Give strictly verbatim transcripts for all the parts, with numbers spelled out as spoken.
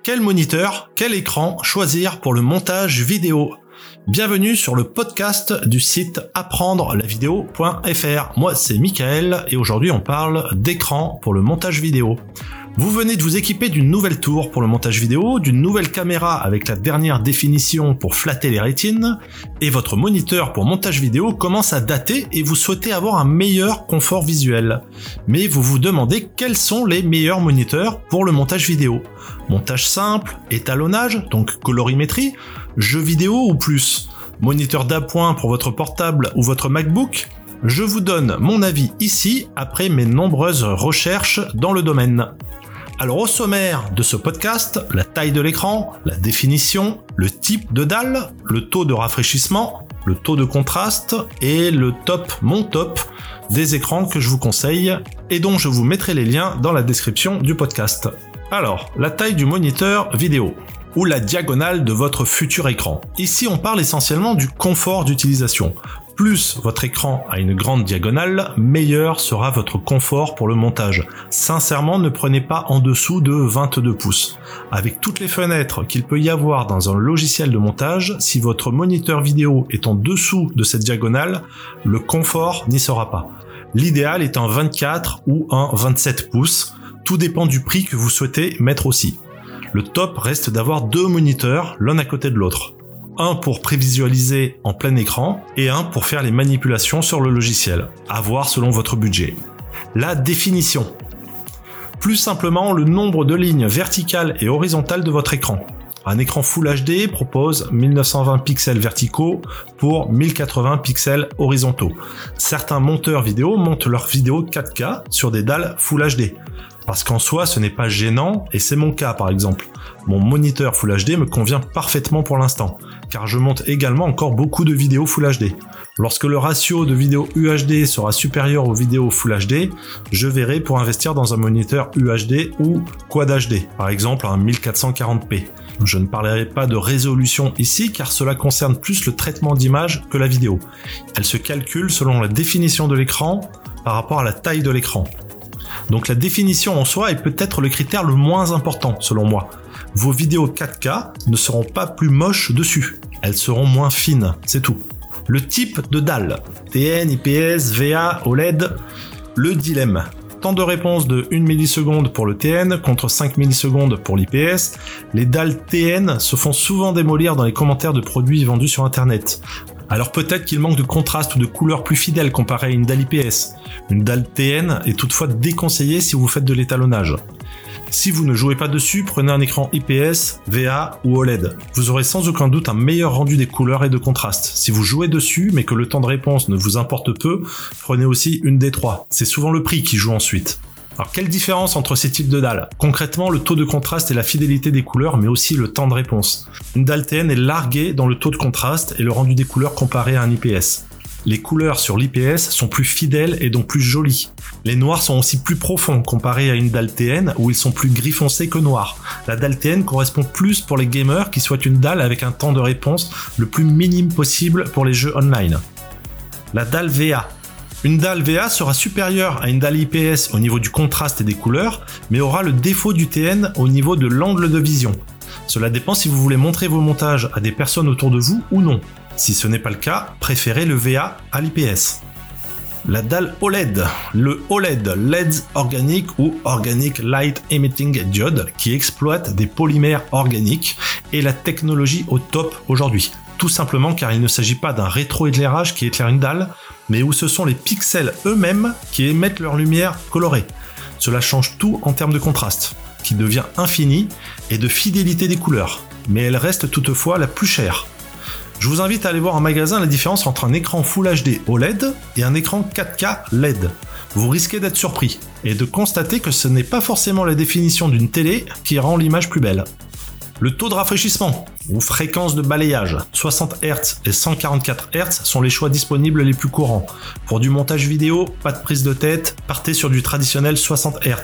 Quel moniteur, quel écran choisir pour le montage vidéo ? Bienvenue sur le podcast du site apprendre la vidéo point f r. Moi c'est Mickaël et aujourd'hui on parle d'écran pour le montage vidéo. Vous venez de vous équiper d'une nouvelle tour pour le montage vidéo, d'une nouvelle caméra avec la dernière définition pour flatter les rétines, et votre moniteur pour montage vidéo commence à dater et vous souhaitez avoir un meilleur confort visuel. Mais vous vous demandez quels sont les meilleurs moniteurs pour le montage vidéo. Montage simple, étalonnage, donc colorimétrie, jeux vidéo ou plus, moniteur d'appoint pour votre portable ou votre MacBook. Je vous donne mon avis ici après mes nombreuses recherches dans le domaine. Alors au sommaire de ce podcast, la taille de l'écran, la définition, le type de dalle, le taux de rafraîchissement, le taux de contraste et le top, mon top des écrans que je vous conseille et dont je vous mettrai les liens dans la description du podcast. Alors, la taille du moniteur vidéo ou la diagonale de votre futur écran. Ici, on parle essentiellement du confort d'utilisation. Plus votre écran a une grande diagonale, meilleur sera votre confort pour le montage. Sincèrement, ne prenez pas en dessous de vingt-deux pouces. Avec toutes les fenêtres qu'il peut y avoir dans un logiciel de montage, si votre moniteur vidéo est en dessous de cette diagonale, le confort n'y sera pas. L'idéal est un vingt-quatre ou un vingt-sept pouces, tout dépend du prix que vous souhaitez mettre aussi. Le top reste d'avoir deux moniteurs, l'un à côté de l'autre. Un pour prévisualiser en plein écran et un pour faire les manipulations sur le logiciel, à voir selon votre budget. La définition. Plus simplement, le nombre de lignes verticales et horizontales de votre écran. Un écran Full H D propose mille neuf cent vingt pixels verticaux pour mille quatre-vingts pixels horizontaux. Certains monteurs vidéo montent leurs vidéos quatre K sur des dalles Full H D. Parce qu'en soi, ce n'est pas gênant, et c'est mon cas par exemple. Mon moniteur Full H D me convient parfaitement pour l'instant, car je monte également encore beaucoup de vidéos Full H D. Lorsque le ratio de vidéos U H D sera supérieur aux vidéos Full H D, je verrai pour investir dans un moniteur U H D ou Quad H D, par exemple un mille quatre cent quarante p. Je ne parlerai pas de résolution ici, car cela concerne plus le traitement d'image que la vidéo. Elle se calcule selon la définition de l'écran par rapport à la taille de l'écran. Donc la définition en soi est peut-être le critère le moins important selon moi. Vos vidéos quatre K ne seront pas plus moches dessus, elles seront moins fines, c'est tout. Le type de dalle, T N, I P S, V A, O L E D, le dilemme. Temps de réponse de une milliseconde pour le T N contre cinq millisecondes pour l'I P S. Les dalles T N se font souvent démolir dans les commentaires de produits vendus sur internet. Alors peut-être qu'il manque de contraste ou de couleur plus fidèle comparé à une dalle I P S. Une dalle T N est toutefois déconseillée si vous faites de l'étalonnage. Si vous ne jouez pas dessus, prenez un écran I P S, V A ou O L E D. Vous aurez sans aucun doute un meilleur rendu des couleurs et de contraste. Si vous jouez dessus, mais que le temps de réponse ne vous importe peu, prenez aussi une des trois. C'est souvent le prix qui joue ensuite. Alors quelle différence entre ces types de dalles ? Concrètement, le taux de contraste et la fidélité des couleurs, mais aussi le temps de réponse. Une dalle T N est larguée dans le taux de contraste et le rendu des couleurs comparé à un I P S. Les couleurs sur l'I P S sont plus fidèles et donc plus jolies. Les noirs sont aussi plus profonds comparé à une dalle T N où ils sont plus gris foncé que noirs. La dalle T N correspond plus pour les gamers qui souhaitent une dalle avec un temps de réponse le plus minime possible pour les jeux online. La dalle V A. Une dalle V A sera supérieure à une dalle I P S au niveau du contraste et des couleurs, mais aura le défaut du T N au niveau de l'angle de vision. Cela dépend si vous voulez montrer vos montages à des personnes autour de vous ou non. Si ce n'est pas le cas, préférez le V A à l'I P S. La dalle O L E D. Le O L E D, L E D Organic ou Organic Light Emitting Diode, qui exploite des polymères organiques et la technologie au top aujourd'hui. Tout simplement car il ne s'agit pas d'un rétroéclairage qui éclaire une dalle, mais où ce sont les pixels eux-mêmes qui émettent leur lumière colorée. Cela change tout en termes de contraste, qui devient infini, et de fidélité des couleurs, mais elle reste toutefois la plus chère. Je vous invite à aller voir en magasin la différence entre un écran Full H D O L E D et un écran quatre K L E D. Vous risquez d'être surpris, et de constater que ce n'est pas forcément la définition d'une télé qui rend l'image plus belle. Le taux de rafraîchissement, ou fréquence de balayage, soixante hertz et cent quarante-quatre hertz sont les choix disponibles les plus courants. Pour du montage vidéo, pas de prise de tête, partez sur du traditionnel soixante hertz.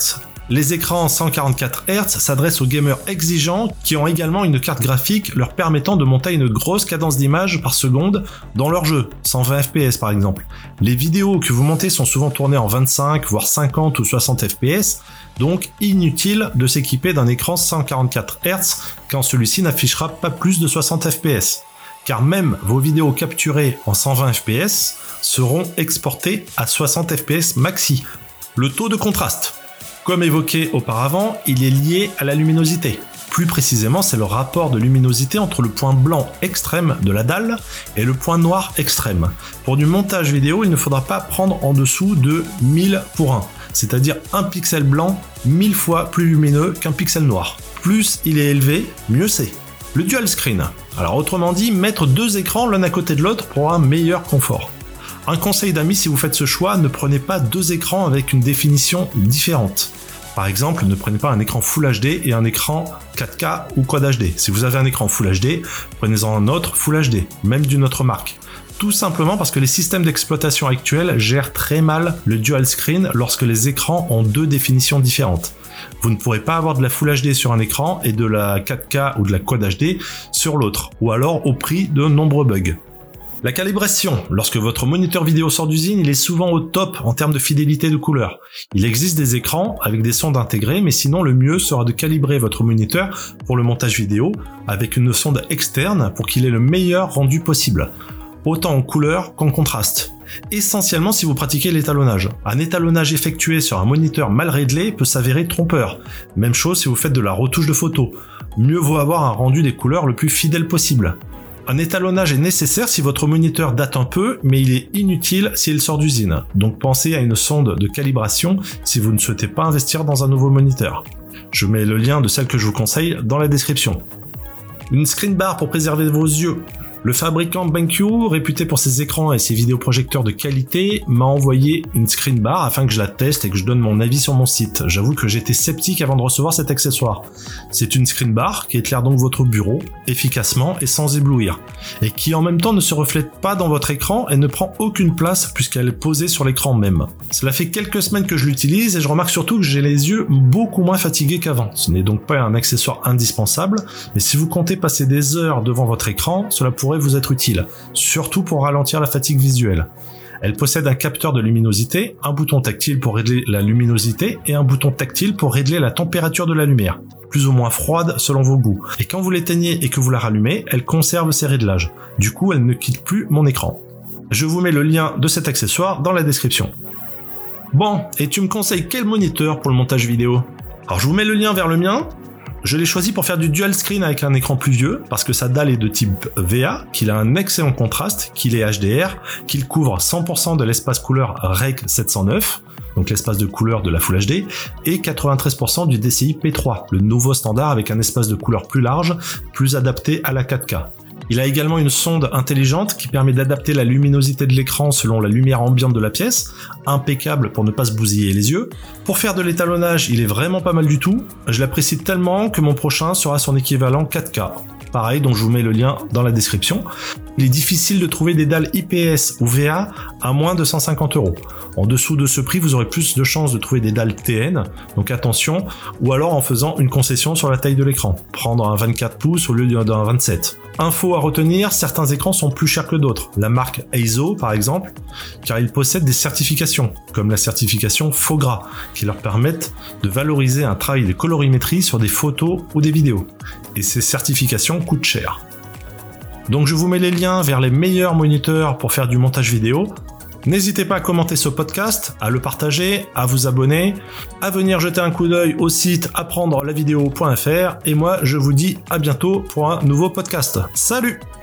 Les écrans cent quarante-quatre hertz s'adressent aux gamers exigeants qui ont également une carte graphique leur permettant de monter une grosse cadence d'image par seconde dans leur jeu, cent vingt F P S par exemple. Les vidéos que vous montez sont souvent tournées en vingt-cinq, voire cinquante ou soixante F P S, donc inutile de s'équiper d'un écran cent quarante-quatre hertz quand celui-ci n'affichera pas plus de soixante F P S. Car même vos vidéos capturées en cent vingt F P S seront exportées à soixante F P S maxi. Le taux de contraste. Comme évoqué auparavant, il est lié à la luminosité. Plus précisément, c'est le rapport de luminosité entre le point blanc extrême de la dalle et le point noir extrême. Pour du montage vidéo, il ne faudra pas prendre en dessous de mille pour un, c'est-à-dire un pixel blanc mille fois plus lumineux qu'un pixel noir. Plus il est élevé, mieux c'est. Le dual screen. Alors autrement dit, mettre deux écrans l'un à côté de l'autre pour un meilleur confort. Un conseil d'amis si vous faites ce choix, ne prenez pas deux écrans avec une définition différente. Par exemple, ne prenez pas un écran Full H D et un écran quatre K ou Quad H D. Si vous avez un écran Full H D, prenez-en un autre Full H D, même d'une autre marque. Tout simplement parce que les systèmes d'exploitation actuels gèrent très mal le dual screen lorsque les écrans ont deux définitions différentes. Vous ne pourrez pas avoir de la Full H D sur un écran et de la quatre K ou de la Quad H D sur l'autre, ou alors au prix de nombreux bugs. La calibration. Lorsque votre moniteur vidéo sort d'usine, il est souvent au top en termes de fidélité de couleur. Il existe des écrans avec des sondes intégrées, mais sinon le mieux sera de calibrer votre moniteur pour le montage vidéo avec une sonde externe pour qu'il ait le meilleur rendu possible, autant en couleur qu'en contraste. Essentiellement si vous pratiquez l'étalonnage. Un étalonnage effectué sur un moniteur mal réglé peut s'avérer trompeur. Même chose si vous faites de la retouche de photos. Mieux vaut avoir un rendu des couleurs le plus fidèle possible. Un étalonnage est nécessaire si votre moniteur date un peu, mais il est inutile s'il sort d'usine. Donc pensez à une sonde de calibration si vous ne souhaitez pas investir dans un nouveau moniteur. Je mets le lien de celle que je vous conseille dans la description. Une screen bar pour préserver vos yeux. Le fabricant BenQ, réputé pour ses écrans et ses vidéoprojecteurs de qualité, m'a envoyé une screen bar afin que je la teste et que je donne mon avis sur mon site. J'avoue que j'étais sceptique avant de recevoir cet accessoire. C'est une screen bar qui éclaire donc votre bureau efficacement et sans éblouir, et qui en même temps ne se reflète pas dans votre écran et ne prend aucune place puisqu'elle est posée sur l'écran même. Cela fait quelques semaines que je l'utilise et je remarque surtout que j'ai les yeux beaucoup moins fatigués qu'avant. Ce n'est donc pas un accessoire indispensable, mais si vous comptez passer des heures devant votre écran, cela pourrait vous être utile, surtout pour ralentir la fatigue visuelle. Elle possède un capteur de luminosité, un bouton tactile pour régler la luminosité et un bouton tactile pour régler la température de la lumière, plus ou moins froide selon vos goûts. Et quand vous l'éteignez et que vous la rallumez, elle conserve ses réglages. Du coup, elle ne quitte plus mon écran. Je vous mets le lien de cet accessoire dans la description. Bon, et tu me conseilles quel moniteur pour le montage vidéo? Alors je vous mets le lien vers le mien. Je l'ai choisi pour faire du dual screen avec un écran plus vieux, parce que sa dalle est de type V A, qu'il a un excellent contraste, qu'il est H D R, qu'il couvre cent pour cent de l'espace couleur R E C sept cent neuf, donc l'espace de couleur de la Full H D, et quatre-vingt-treize pour cent du D C I P trois, le nouveau standard avec un espace de couleur plus large, plus adapté à la quatre K. Il a également une sonde intelligente qui permet d'adapter la luminosité de l'écran selon la lumière ambiante de la pièce, impeccable pour ne pas se bousiller les yeux. Pour faire de l'étalonnage, il est vraiment pas mal du tout. Je l'apprécie tellement que mon prochain sera son équivalent quatre K. Pareil, donc je vous mets le lien dans la description. Il est difficile de trouver des dalles I P S ou V A à moins de cent cinquante euros. En dessous de ce prix, vous aurez plus de chances de trouver des dalles T N, donc attention, ou alors en faisant une concession sur la taille de l'écran, prendre un vingt-quatre pouces au lieu d'un vingt-sept. Info à retenir, certains écrans sont plus chers que d'autres. La marque I S O par exemple, car ils possèdent des certifications, comme la certification Faux Gras, qui leur permettent de valoriser un travail de colorimétrie sur des photos ou des vidéos. Et ces certifications coûtent cher. Donc je vous mets les liens vers les meilleurs moniteurs pour faire du montage vidéo. N'hésitez pas à commenter ce podcast, à le partager, à vous abonner, à venir jeter un coup d'œil au site apprendre la vidéo point f r et moi je vous dis à bientôt pour un nouveau podcast. Salut!